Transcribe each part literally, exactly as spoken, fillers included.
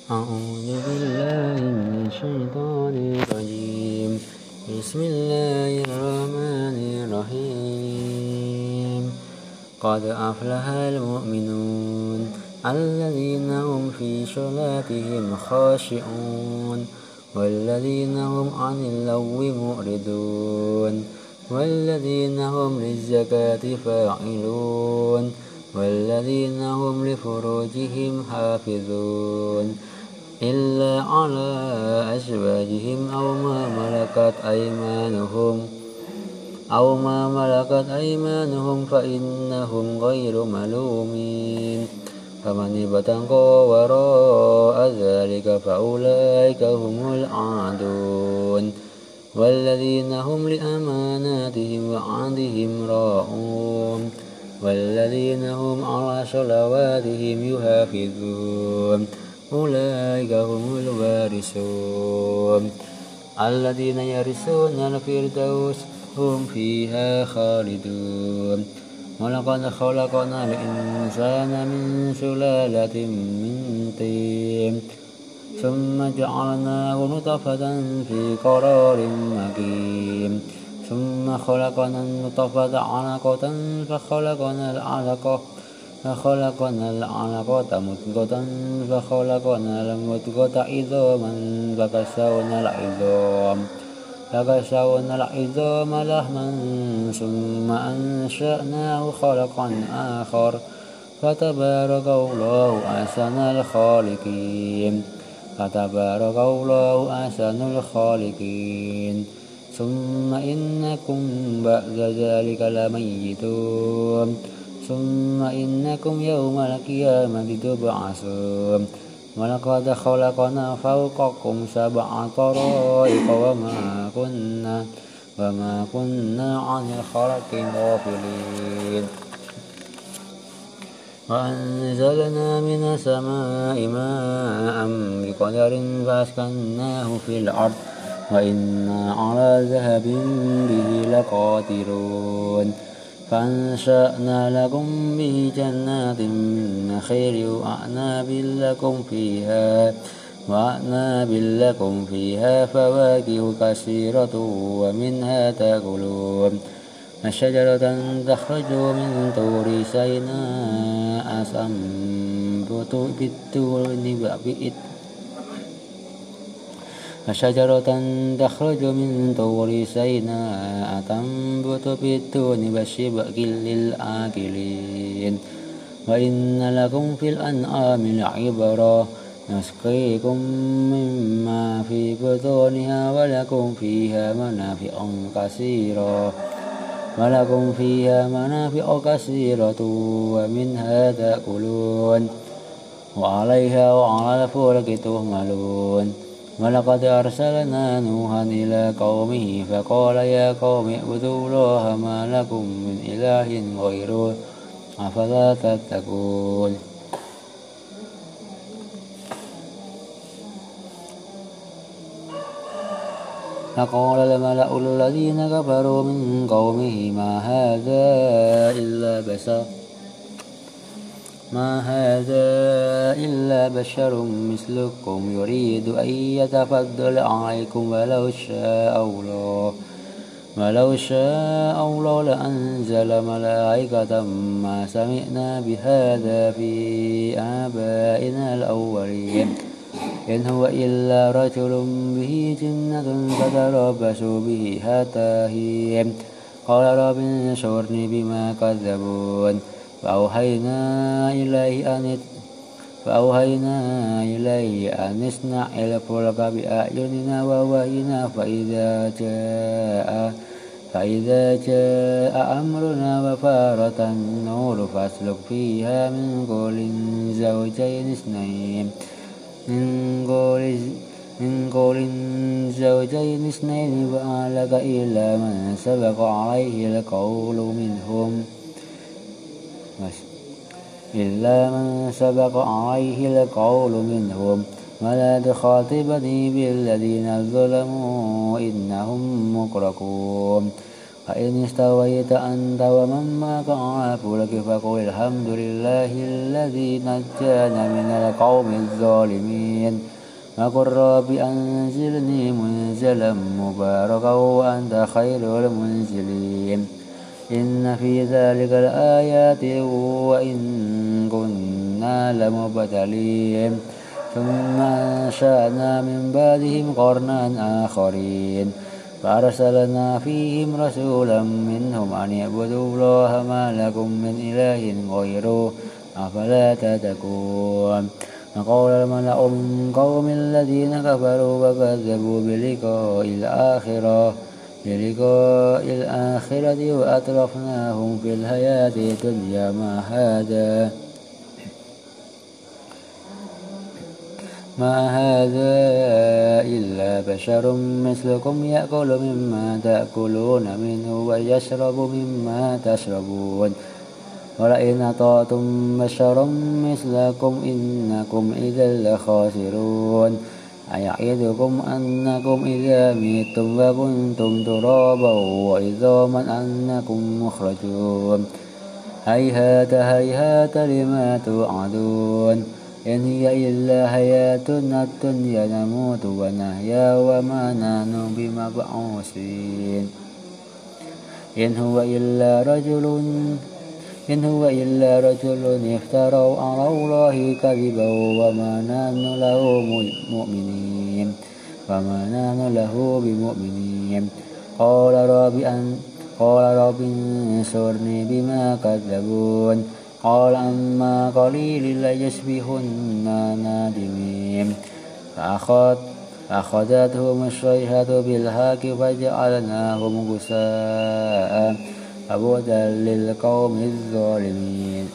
أعوذ بالله من الشيطان الرجيم. بسم الله الرحمن الرحيم. قد أفلح المؤمنون الذين هم في صلاتهم خاشعون والذين هم عن اللغو معرضون والذين هم للزكاة فاعلون والذين هم لفروجهم حافظون إلا على أزواجهم أو ما ملكت أيمانهم أو ما ملكت أيمانهم فإنهم غير ملومين فمن ابتغى وراء ذلك فأولئك هم العادون والذين هم لأماناتهم وعهدهم راعون والذين هم على صلواتهم يحافظون أولئك هم الوارثون الذين يرثون الفردوس هم فيها خالدون ولقد خلقنا الإنسان من سلالة من طين ثم جعلناه نطفة في قرار مكين ثم خلقنا النطفة علقة فخلقنا العلقة فخلقنا العلقة مضغة فخلقنا المضغة عظاما فكسونا العظام فكسونا العظام لحما ثم أنشأناه خلقا آخر فتبارك الله أحسن الخالقين فتبارك الله أحسن الخالقين ثم إنكم بعد ذلك لميتون ثم إنكم يوم القيامة تبعثون ولقد خلقنا فوقكم سبع طرائق وما كنا وما كنا عن الخلق غافلين وأنزلنا من السماء ماء بقدر فأسكناه في الأرض وإنا على ذهب به لقادرون فأنشأنا لكم به جنات من نخيل وأعناب لكم فيها وأعناب لكم فيها فواكه كثيرة ومنها تأكلون شجرة تخرج من طور سيناء تنبت بالتين شجرة تخرج من طور سيناء تنبت بالتين والشبك للآكلين وإن لكم في الأنعام لعبرة نسقيكم مما في بطونها ولكم فيها منافع كثيرة ولكم فيها منافع كثيرة ومنها تأكلون وعليها وعلى الفلك تحملون ولقد أرسلنا نوحا إلى قومه فقال يا قوم اعبدوا الله ما لكم من إله غيره أفلا تتقون فقال الملأ الذين كفروا من قومه ما هذا إلا بشر ما هذا إلا بشر مثلكم يريد أن يتفضل عليكم ولو شاء الله ولو شاء الله لأنزل ملائكة ما سمعنا بهذا في آبائنا الأولين إن هو إلا رجل به جنة فتربصوا به حتى حين قال رب انصرني بما كذبون فأوحينا إليه أن فأوحينا إليه أن اصنع الفلك بأعيننا ووحينا فإذا جاء فإذا جاء أمرنا وفارت النور فاسلك فيها من كل زوجين اثنين من كل من كل زوجين اثنين وأهلك إلا من سبق عليه القول منهم إلا من سبق عليه القول منهم ولا تخاطبني بالذين ظلموا إنهم مغرقون فإن استويت أنت ومن معك على الفلك فقل الحمد لله الذي نجانا من القوم الظالمين وقل رب أنزلني منزلا مباركا وأنت خير المنزلين إن في ذلك الآيات وإن كنا لمبتلين ثم أنشأنا من بعدهم قرنا آخرين فأرسلنا فيهم رسولا منهم أن يعبدوا الله ما لكم من إله غيره أفلا تتقون وقال الملأ من قوم الذين كفروا وكذبوا بلقاء الآخرة بلقاء الآخرة وأترفناهم في الحياة الدنيا ما هذا ما هذا إلا بشر مثلكم يأكل مما تأكلون منه ويشرب مما تشربون ولئن أطعتم بشرا مثلكم إنكم إذا لخاسرون أيعدكم أنكم إذا ميتم وكنتم ترابا وعظاما أنكم مخرجون هيهات هيهات لما توعدون إن هي إلا حياتنا الدنيا نموت ونحيا وما نحن بمبعوثين إن هو إلا رجل إن هو إلا رجل افترى على الله كذبا وما نحن له مؤمنين وما نحن له بمؤمنين قال رب أن قال رب انصرني بما كذبون قال أما قليل ليصبحن نادمين فأخذ فأخذتهم الصيحة بالحق فجعلناهم غثاء فبعدا للقوم الظالمين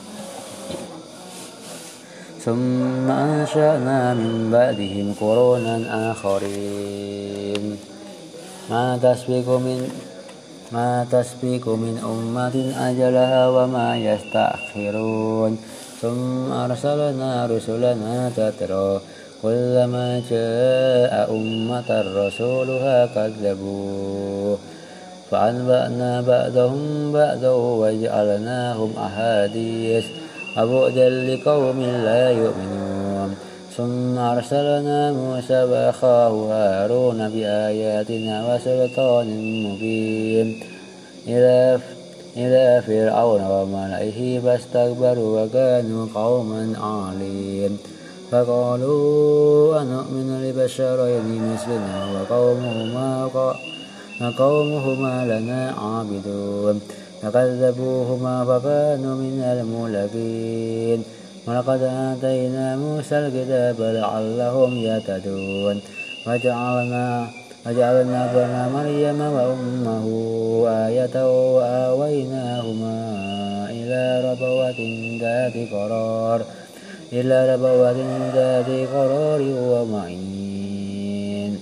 ثم أنشأنا من بعدهم قرونا آخرين ما تسبق من ما تسبق من أمة أجلها وما يستأخرون ثم أرسلنا رسلنا تترى كلما جاء أمة رسولها كذبوه فأنبأنا بعضهم بعضا وجعلناهم أحاديث وبعدا لقوم لا يؤمنون ثم أرسلنا موسى وأخاه هارون بآياتنا وسلطان مبين إلى إلى فرعون وملئه فاستكبروا وكانوا قوما عالين فقالوا أنؤمن لبشرين مثلنا وقومهما وقومهما لنا عابدون فكذبوهما فكانوا من المهلكين ولقد آتينا موسى الكتاب لعلهم يهتدون وجعلنا وجعلنا ابن مريم وأمه آية وآويناهما إلى ربوة ذات قرار إلى ربوة ذات قرار ومعين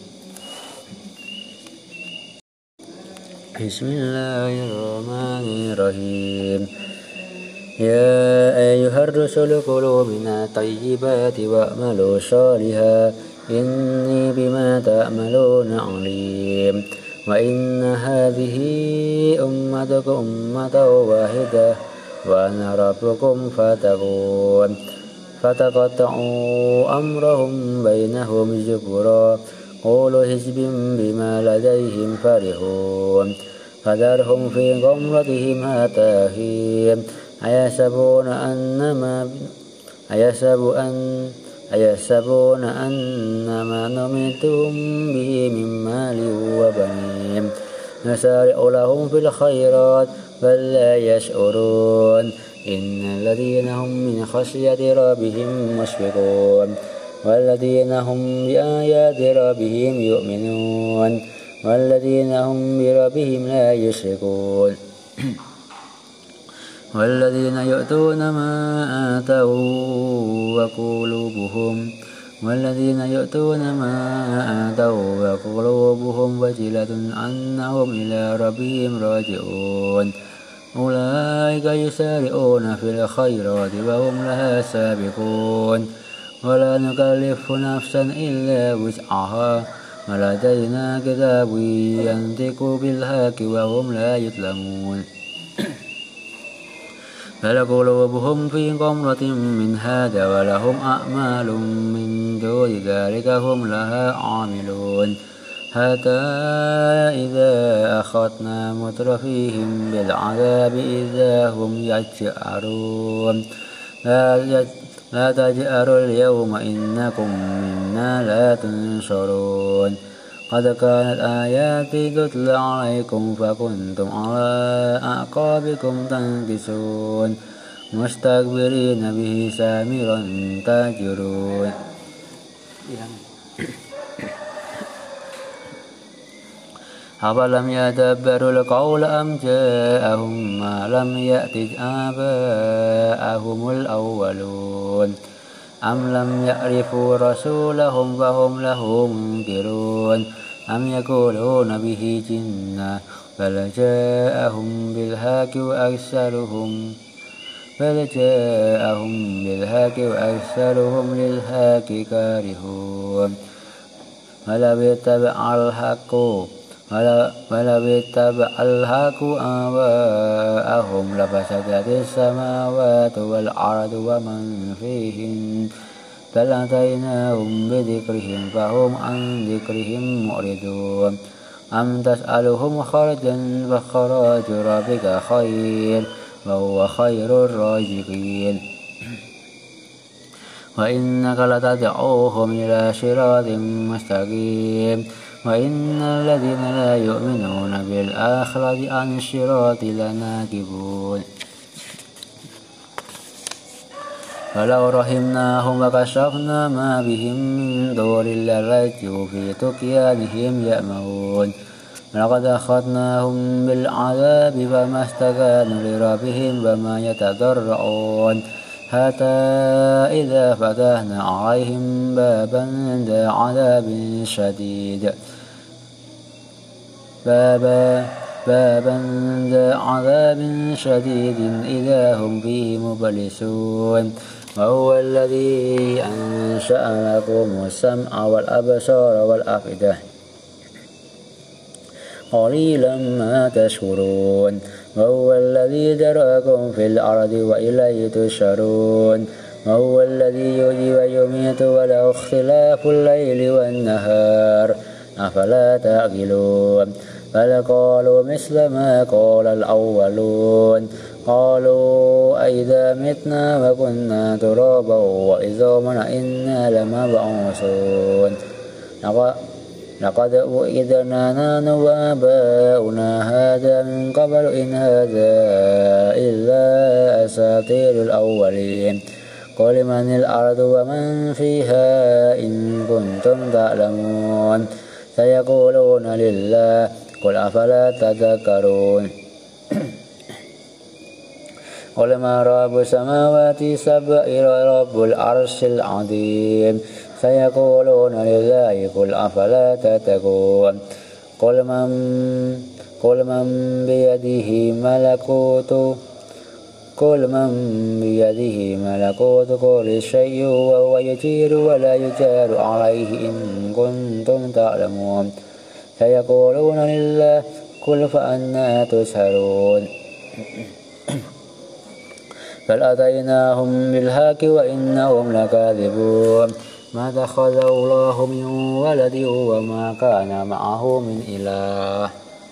بسم الله الرحمن الرحيم يا أيها الرسل كلوا من الطيبات واعملوا صالحا إني بما تعملون عليم وإن هذه أمتكم أمة واحدة وأنا ربكم فاتقون فتقطعوا أمرهم بينهم زبرا كل حزب بما لديهم فرحون فذرهم في غمرتهم حتى حين أيحسبون أنما أيحسب أن أيحسبون أنما نمدهم به من مال وبنين نسارع لهم في الخيرات بل لا يشعرون إن الذين هم من خشية ربهم مشفقون والذين هم بآيات ربهم يؤمنون والذين هم بربهم لا يشركون والذين يؤتون ما آتوا وقلوبهم والذين يؤتون ما آتوا وقلوبهم وجلة أنهم إلى ربهم راجعون أولئك يسارعون في الخيرات وهم لها سابقون ولا نكلف نفسا إلا وسعها ولدينا كتاب ينطق بالحق وهم لا يظلمون بل قلوبهم في غمرة من هذا ولهم أعمال من دون ذلك هم لها عاملون حتى إذا أخذنا مترفيهم بالعذاب إذا هم يجأرون لا تجأروا اليوم إنكم منا لا تنصرون قد كانت آياتي تتلى عليكم فكنتم على أعقابكم تنكصون مستكبرين به سامرا تهجرون أفلم يدبروا القول أم جاءهم ما لم يأت آباءهم الأولون أم لم يعرفوا رسولهم فهم له منكرون أم يقولون به جنة بل جاءهم بالحق وأكثرهم بل جاءهم بالحق وأكثرهم للحق كارهون ولو اتبع الحق ولو اتبع الحق آباءهم لفسدت السماوات والأرض ومن فيهن بل أتيناهم بذكرهم فهم عن ذكرهم معرضون أم تسألهم خرجا فخراج ربك خير وهو خير الرازقين وإنك لتدعوهم إلى صراط مستقيم وإن الذين لا يؤمنون بالآخرة عن الصراط لناكبون فلو رحمناهم وكشفنا ما بهم من ضر لرجعوا في طغيانهم يأمهون ولقد أخذناهم بالعذاب فما استكانوا لربهم وما يتضرعون حتى إذا فتحنا عليهم بابا ذا عذاب شديد بابا بابا ذا عذاب شديد إذا هم فيه مبلسون وهو الذي أنشأ لكم السمع والأبصار والأفئدة قليلا ما تشكرون وهو الذي ذرأكم في الأرض وإليه تحشرون وهو الذي يحيي ويميت وله اختلاف الليل والنهار أفلا تعقلون بل قالوا مثل ما قال الأولون قالوا أئذا متنا وكنا ترابا وعظاما إنا لمبعوثون لقد وعدنا نحن وآباؤنا هذا من قبل إن هذا إلا أساطير الأولين قل من الأرض ومن فيها إن كنتم تعلمون سيقولون لله قل أفلا تذكرون قل ما رب السماوات السبع رب العرش العظيم سيقولون لله قل أفلا تتقون قل من قل من بيده ملكوت قل من بيده ملكوت كل شيء وهو يجير ولا يجار عليه إن كنتم تعلمون سيقولون لله قل فأنى تسحرون بل أتيناهم بالحق وإنهم لكاذبون ما اتخذ الله من ولد وما كان معه من إله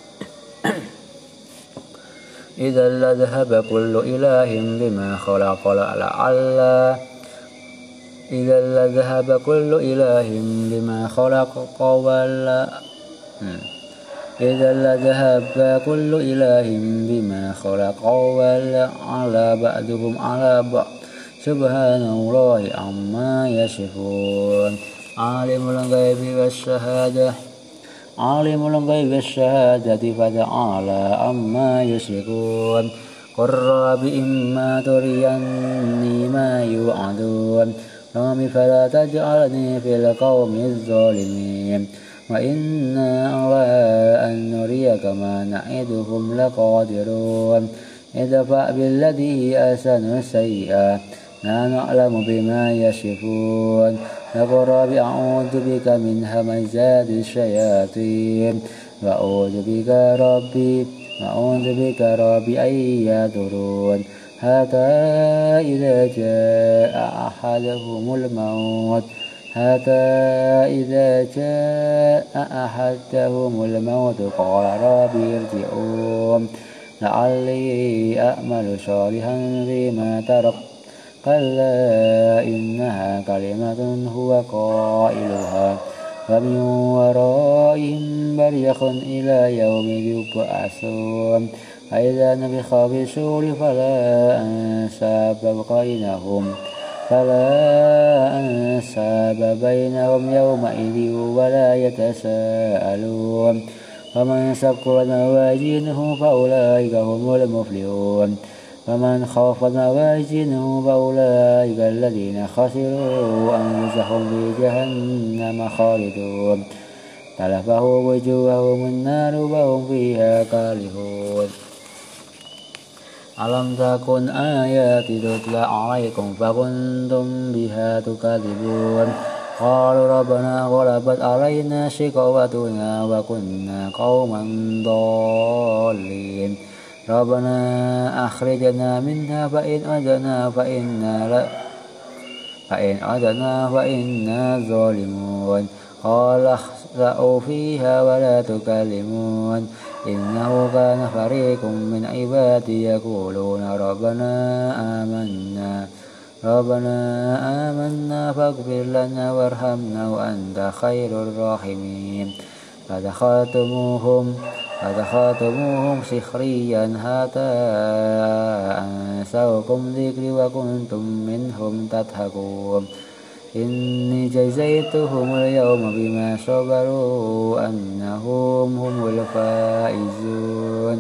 إذا لذهب كل إله بما خلق لعل إذا لذهب كل إله بما خلق ولا إذا لذهب كل إله بما خلق ولا على بعضهم على بعض سبحان الله عما يصفون عالم الغيب والشهادة عالم الغيب والشهادة فتعالى عما يشركون قل رب إما تريني ما يوعدون رب فلا تجعلني في القوم الظالمين وإنا على أن نريك ما نعدهم لقادرون ادفع بالذي أحسن السيئة لا نعلم بما يصفون وقل رب أعوذ بك من همزات الشياطين وأعوذ بك ربي وأعوذ بك ربي أن يحضرون حتى إذا جاء أحدهم الموت حتى إذا جاء أحدهم الموت قال رب ارجعون لعلي أعمل صالحا فيما ترك كلا إنها كلمة هو قائلها ومن ورائهم برزخ إلى يوم يبعثون فإذا نفخ في الصور فلا أنساب بينهم فلا أنساب بينهم يومئذ ولا يتساءلون ومن ثقلت موازينه فأولئك هم المفلحون ومن خافت موازينه فأولئك الذين خسروا أنفسهم في جهنم خالدون تلفه وجوههم النار وهم فيها كالحون ألم تكن آياتي تتلى عليكم فكنتم بها تكذبون قالوا ربنا غلبت علينا شقوتنا وكنا قوما ضالين ربنا أخرجنا منها فإن عدنا فإنا لا فإن عدنا فإنا ظالمون قال اخسأوا فيها ولا تكلمون إنه كان فريق من عبادي يقولون ربنا آمنا ربنا آمنا فاغفر لنا وارحمنا وأنت خير الراحمين فدخلتموهم فدخلتموهم سخريا حتى أنسوكم ذكري وكنتم منهم تضحكون إني جزيتهم اليوم بما صبروا أنهم هم الفائزون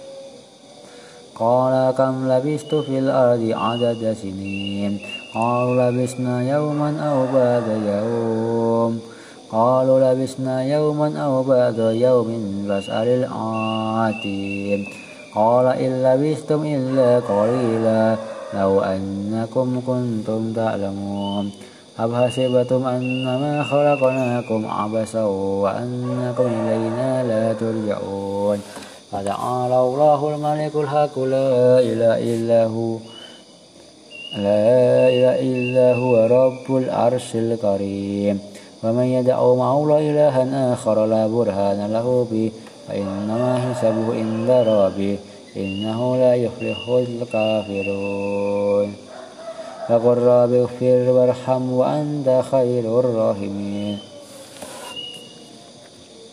قال كم لبثت في الأرض عدد سنين قالوا لبثنا يوما أو بعد يوم قالوا لبثنا يوما أو بعد يوم فاسأل العادين قال إن لبثتم إلا قليلا لو أنكم كنتم تعلمون أم حسبتم أنما خلقناكم عبثا وأنكم إلينا لا ترجعون فتعالى الله الملك الحق لا إله إلا هو لا إله إلا هو رب العرش الكريم ومن يدع مع الله إلها آخر لا برهان له به فإنما حسابه عند ربه إنه لا يفلح الكافرون فقل رب اغفر وارحم وأنت خير الراحمين